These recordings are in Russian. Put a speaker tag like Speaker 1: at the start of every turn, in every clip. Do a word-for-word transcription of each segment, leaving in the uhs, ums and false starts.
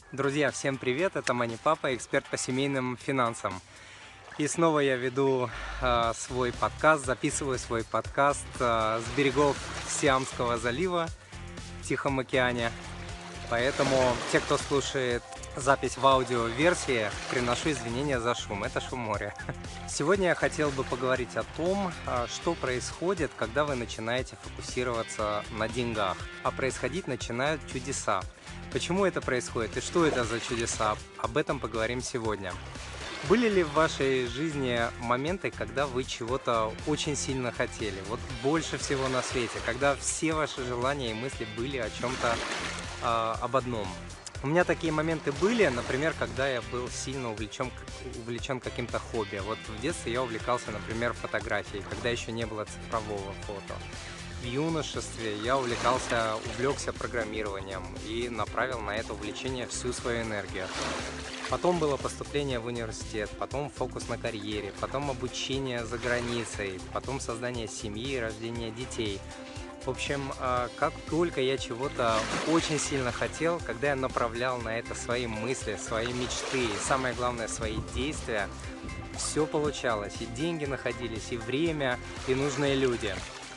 Speaker 1: Друзья, всем привет! Это Мани Папа, эксперт по семейным финансам. И снова я веду э, свой подкаст, записываю свой подкаст э, с берегов Сиамского залива в Тихом океане. Поэтому те, кто слушает запись в аудиоверсии, приношу извинения за шум. Это шум моря. Сегодня я хотел бы поговорить о том, что происходит, когда вы начинаете фокусироваться на деньгах. А происходить начинают чудеса. Почему это происходит и что это за чудеса? Об этом поговорим сегодня. Были ли в вашей жизни моменты, когда вы чего-то очень сильно хотели? Вот больше всего на свете, когда все ваши желания и мысли были о чем-то, э, об одном. У меня такие моменты были, например, когда я был сильно увлечен, увлечен каким-то хобби. Вот в детстве я увлекался, например, фотографией, когда еще не было цифрового фото. В юношестве я увлекался, увлекся программированием и направил на это увлечение всю свою энергию. Потом было поступление в университет, потом фокус на карьере, потом обучение за границей, потом создание семьи и рождение детей. В общем, как только я чего-то очень сильно хотел, когда я направлял на это свои мысли, свои мечты и, самое главное, свои действия, все получалось. И деньги находились, и время, и нужные люди.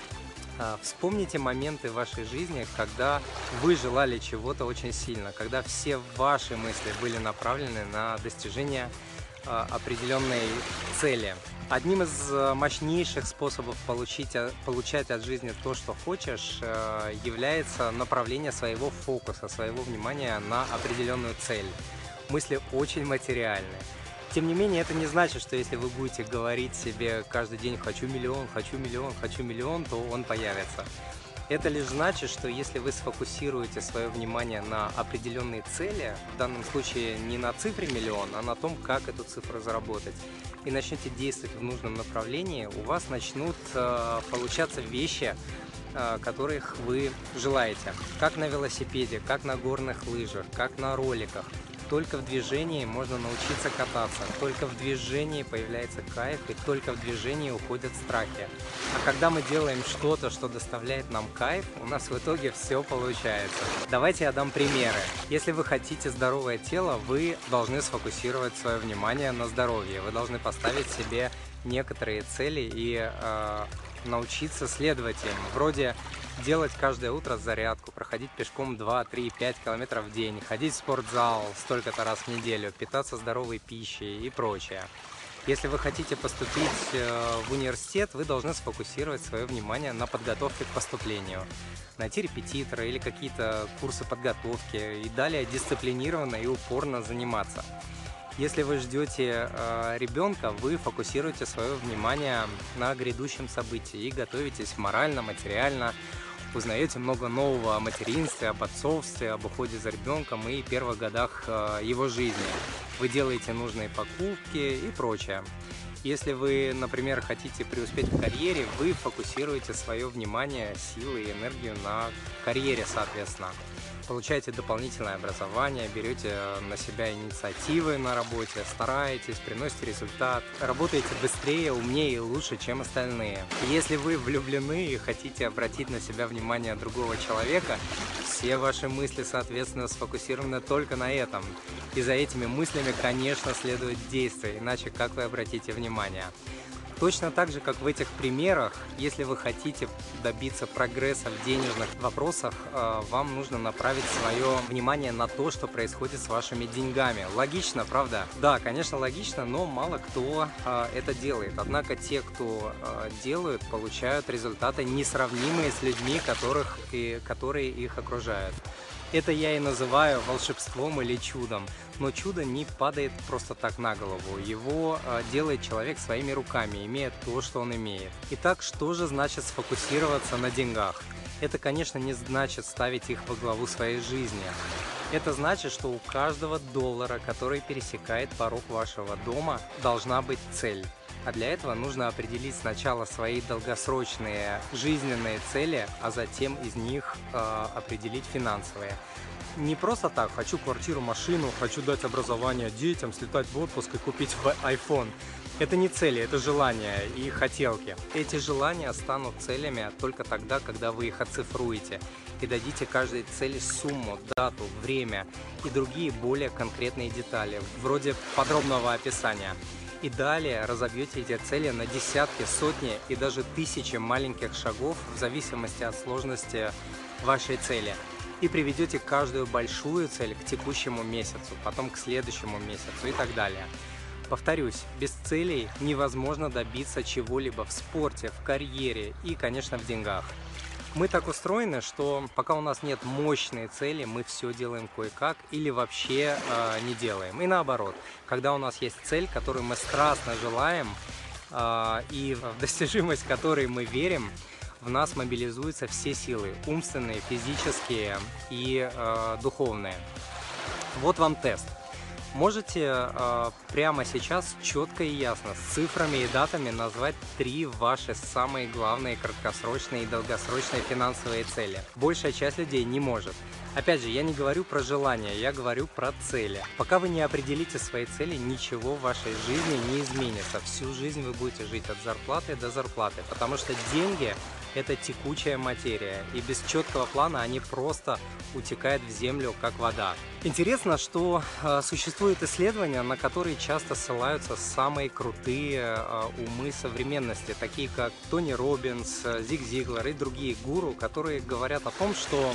Speaker 1: Вспомните моменты в вашей жизни, когда вы желали чего-то очень сильно, когда все ваши мысли были направлены на достижение определенной цели. Одним из мощнейших способов получить, получать от жизни то, что хочешь, является направление своего фокуса, своего внимания на определенную цель. Мысли очень материальные. Тем не менее, это не значит, что если вы будете говорить себе каждый день «хочу миллион, хочу миллион, хочу миллион», то он появится. Это лишь значит, что если вы сфокусируете свое внимание на определенной цели, в данном случае не на цифре миллион, а на том, как эту цифру заработать, и начнете действовать в нужном направлении, у вас начнут э, получаться вещи, э, которых вы желаете. Как на велосипеде, как на горных лыжах, как на роликах. Только в движении можно научиться кататься, только в движении появляется кайф, и только в движении уходят страхи. А когда мы делаем что-то, что доставляет нам кайф, у нас в итоге все получается. Давайте я дам примеры. Если вы хотите здоровое тело, вы должны сфокусировать свое внимание на здоровье. Вы должны поставить себе некоторые цели и э, научиться следовать им. Вроде делать каждое утро зарядку, проходить пешком два, три, пять километров в день, ходить в спортзал столько-то раз в неделю, питаться здоровой пищей и прочее. Если вы хотите поступить в университет, вы должны сфокусировать свое внимание на подготовке к поступлению. Найти репетитора или какие-то курсы подготовки и далее дисциплинированно и упорно заниматься. Если вы ждете э, ребенка, вы фокусируете свое внимание на грядущем событии и готовитесь морально, материально, узнаете много нового о материнстве, об отцовстве, об уходе за ребенком и первых годах э, его жизни. Вы делаете нужные покупки и прочее. Если вы, например, хотите преуспеть в карьере, вы фокусируете свое внимание, силы и энергию на карьере, соответственно. Получаете дополнительное образование, берете на себя инициативы на работе, стараетесь, приносите результат, работаете быстрее, умнее и лучше, чем остальные. Если вы влюблены и хотите обратить на себя внимание другого человека, все ваши мысли, соответственно, сфокусированы только на этом. И за этими мыслями, конечно, следует действие, иначе как вы обратите внимание? Точно так же, как в этих примерах, если вы хотите добиться прогресса в денежных вопросах, вам нужно направить свое внимание на то, что происходит с вашими деньгами. Логично, правда? Да, конечно, логично, но мало кто это делает. Однако те, кто делают, получают результаты, несравнимые с людьми, которых, и, которые их окружают. Это я и называю волшебством или чудом. Но чудо не падает просто так на голову. Его э, делает человек своими руками, имея то, что он имеет. Итак, что же значит сфокусироваться на деньгах? Это, конечно, не значит ставить их во главу своей жизни. Это значит, что у каждого доллара, который пересекает порог вашего дома, должна быть цель. А для этого нужно определить сначала свои долгосрочные жизненные цели, а затем из них э, определить финансовые. Не просто так, хочу квартиру, машину, хочу дать образование детям, слетать в отпуск и купить айфон. Это не цели, это желания и хотелки. Эти желания станут целями только тогда, когда вы их оцифруете. и дадите каждой цели сумму, дату, время и другие более конкретные детали, вроде подробного описания. И далее разобьете эти цели на десятки, сотни и даже тысячи маленьких шагов в зависимости от сложности вашей цели. И приведете каждую большую цель к текущему месяцу, потом к следующему месяцу и так далее. Повторюсь, без целей невозможно добиться чего-либо в спорте, в карьере и, конечно, в деньгах. Мы так устроены, что пока у нас нет мощной цели, мы все делаем кое-как или вообще э, не делаем. И наоборот, когда у нас есть цель, которую мы страстно желаем э, и в достижимость которой мы верим, в нас мобилизуются все силы, умственные, физические и э, духовные. Вот вам тест. Можете э, прямо сейчас четко и ясно с цифрами и датами назвать три ваши самые главные краткосрочные и долгосрочные финансовые цели. Большая часть людей не может. Опять же, я не говорю про желания, я говорю про цели. Пока вы не определите свои цели, ничего в вашей жизни не изменится. Всю жизнь вы будете жить от зарплаты до зарплаты, потому что деньги – это текучая материя, и без четкого плана они просто утекают в землю, как вода. Интересно, что э, существуют исследования, на которые часто ссылаются самые крутые э, умы современности, такие как Тони Роббинс, Зиг Зиглар и другие гуру, которые говорят о том, что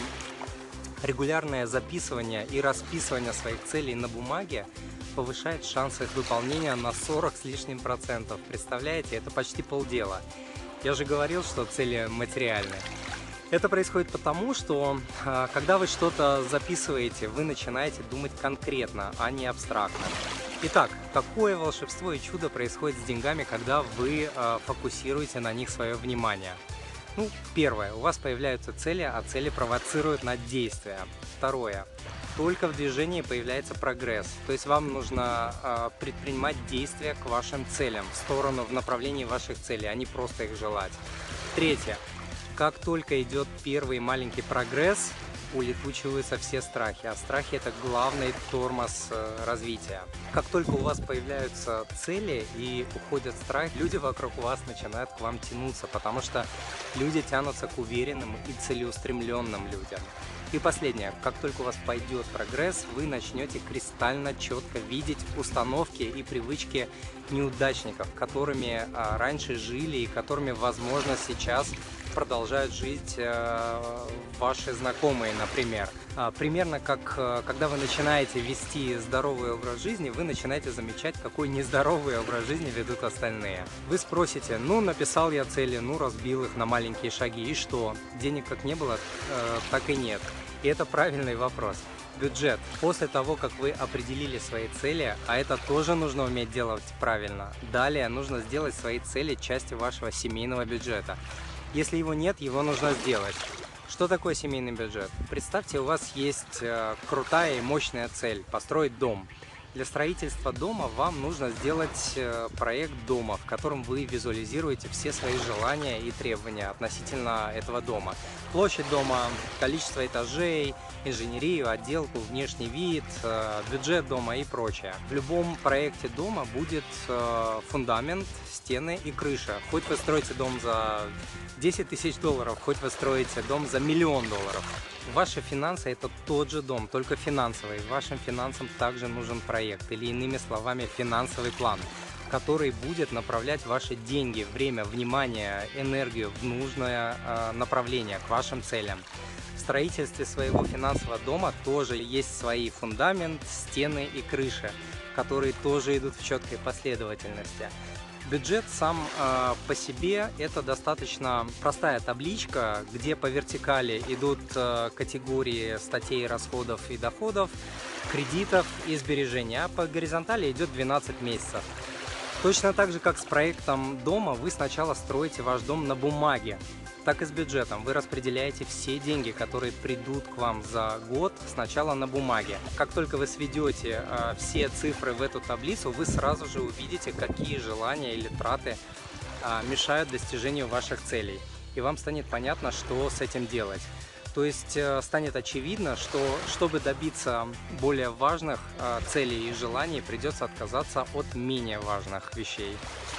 Speaker 1: регулярное записывание и расписывание своих целей на бумаге повышает шансы их выполнения на сорок с лишним процентов. Представляете, это почти полдела. Я же говорил, что цели материальны. Это происходит потому, что когда вы что-то записываете, вы начинаете думать конкретно, а не абстрактно. Итак, какое волшебство и чудо происходит с деньгами, когда вы фокусируете на них свое внимание? Ну, первое, у вас появляются цели, а цели провоцируют на действия. Второе, только в движении появляется прогресс, то есть вам нужно э, предпринимать действия к вашим целям, в сторону, в направлении ваших целей, а не просто их желать. Третье, как только идет первый маленький прогресс, улетучиваются все страхи, а страхи – это главный тормоз э, развития. Как только у вас появляются цели и уходят страхи, люди вокруг вас начинают к вам тянуться, потому что люди тянутся к уверенным и целеустремленным людям. И последнее, как только у вас пойдет прогресс, вы начнете кристально четко видеть установки и привычки неудачников, которыми а, раньше жили и которыми, возможно, сейчас продолжают жить а, ваши знакомые, например. А, примерно как а, когда вы начинаете вести здоровый образ жизни, вы начинаете замечать, какой нездоровый образ жизни ведут остальные. Вы спросите, ну, написал я цели, ну, разбил их на маленькие шаги, и что? Денег как не было, а, так и нет. И это правильный вопрос. Бюджет. После того, как вы определили свои цели, а это тоже нужно уметь делать правильно, далее нужно сделать свои цели частью вашего семейного бюджета. Если его нет, его нужно сделать. Что такое семейный бюджет? Представьте, у вас есть э, крутая и мощная цель – построить дом. Для строительства дома вам нужно сделать э, проект дома, в котором вы визуализируете все свои желания и требования относительно этого дома. Площадь дома, количество этажей, инженерию, отделку, внешний вид, э, бюджет дома и прочее. В любом проекте дома будет э, фундамент, стены и крыша. Хоть вы строите дом за десять тысяч долларов, хоть вы строите дом за миллион долларов. Ваши финансы – это тот же дом, только финансовый. Вашим финансам также нужен проект, или иными словами финансовый план, который будет направлять ваши деньги, время, внимание, энергию в нужное э, направление, к вашим целям. В строительстве своего финансового дома тоже есть свои фундамент, стены и крыша, которые тоже идут в четкой последовательности. Бюджет сам э, по себе это достаточно простая табличка, где по вертикали идут э, категории статей расходов и доходов, кредитов и сбережений, а по горизонтали идет двенадцать месяцев. Точно так же, как с проектом дома, вы сначала строите ваш дом на бумаге, так и с бюджетом. Вы распределяете все деньги, которые придут к вам за год, сначала на бумаге. Как только вы сведете э, все цифры в эту таблицу, вы сразу же увидите, какие желания или траты э, мешают достижению ваших целей. И вам станет понятно, что с этим делать. То есть э, станет очевидно, что чтобы добиться более важных э, целей и желаний, придется отказаться от менее важных вещей.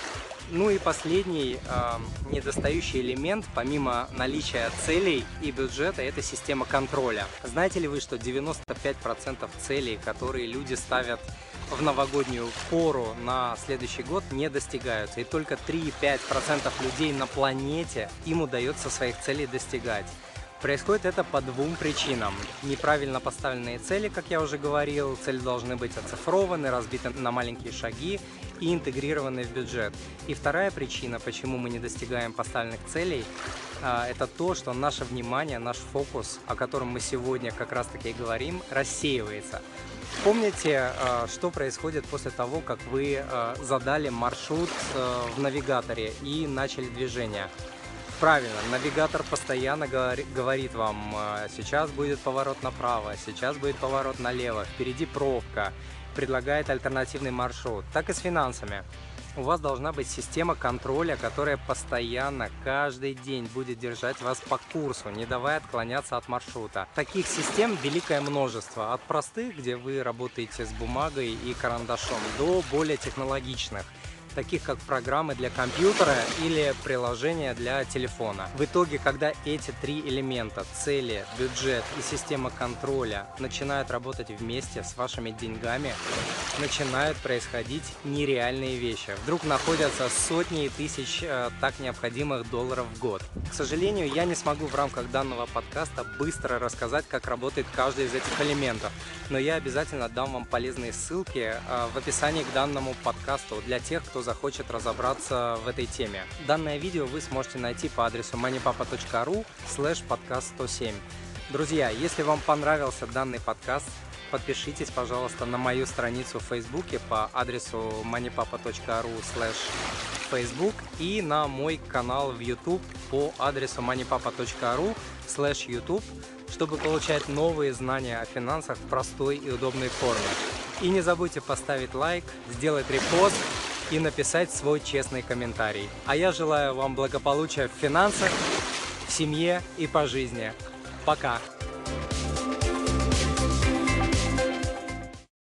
Speaker 1: Ну и последний э, недостающий элемент, помимо наличия целей и бюджета, это система контроля. Знаете ли вы, что девяносто пять процентов целей, которые люди ставят в новогоднюю пору на следующий год, не достигаются. И только три-пять процентов людей на планете им удается своих целей достигать. Происходит это по двум причинам. Неправильно поставленные цели, как я уже говорил, цели должны быть оцифрованы, разбиты на маленькие шаги и интегрированы в бюджет. И вторая причина, почему мы не достигаем поставленных целей, это то, что наше внимание, наш фокус, о котором мы сегодня как раз таки и говорим, рассеивается. Помните, что происходит после того, как вы задали маршрут в навигаторе и начали движение? Правильно, навигатор постоянно говорит вам: сейчас будет поворот направо, сейчас будет поворот налево, впереди пробка, предлагает альтернативный маршрут. Так и с финансами. У вас должна быть система контроля, которая постоянно, каждый день будет держать вас по курсу, не давая отклоняться от маршрута. Таких систем великое множество, от простых, где вы работаете с бумагой и карандашом, до более технологичных, таких как программы для компьютера или приложения для телефона. В итоге, когда эти три элемента – цели, бюджет и система контроля – начинают работать вместе с вашими деньгами, начинают происходить нереальные вещи. Вдруг находятся сотни и тысяч э, так необходимых долларов в год. К сожалению, я не смогу в рамках данного подкаста быстро рассказать, как работает каждый из этих элементов, но я обязательно дам вам полезные ссылки э, в описании к данному подкасту для тех, кто захочет разобраться в этой теме. Данное видео вы сможете найти по адресу манипапа точка ру слэш подкаст сто семь. Друзья, если вам понравился данный подкаст, подпишитесь, пожалуйста, на мою страницу в Фейсбуке по адресу манипапа точка ру слэш фейсбук и на мой канал в YouTube по адресу манипапа точка ру слэш ютуб, чтобы получать новые знания о финансах в простой и удобной форме. И не забудьте поставить лайк, сделать репост и написать свой честный комментарий. А я желаю вам благополучия в финансах, в семье и по жизни. Пока!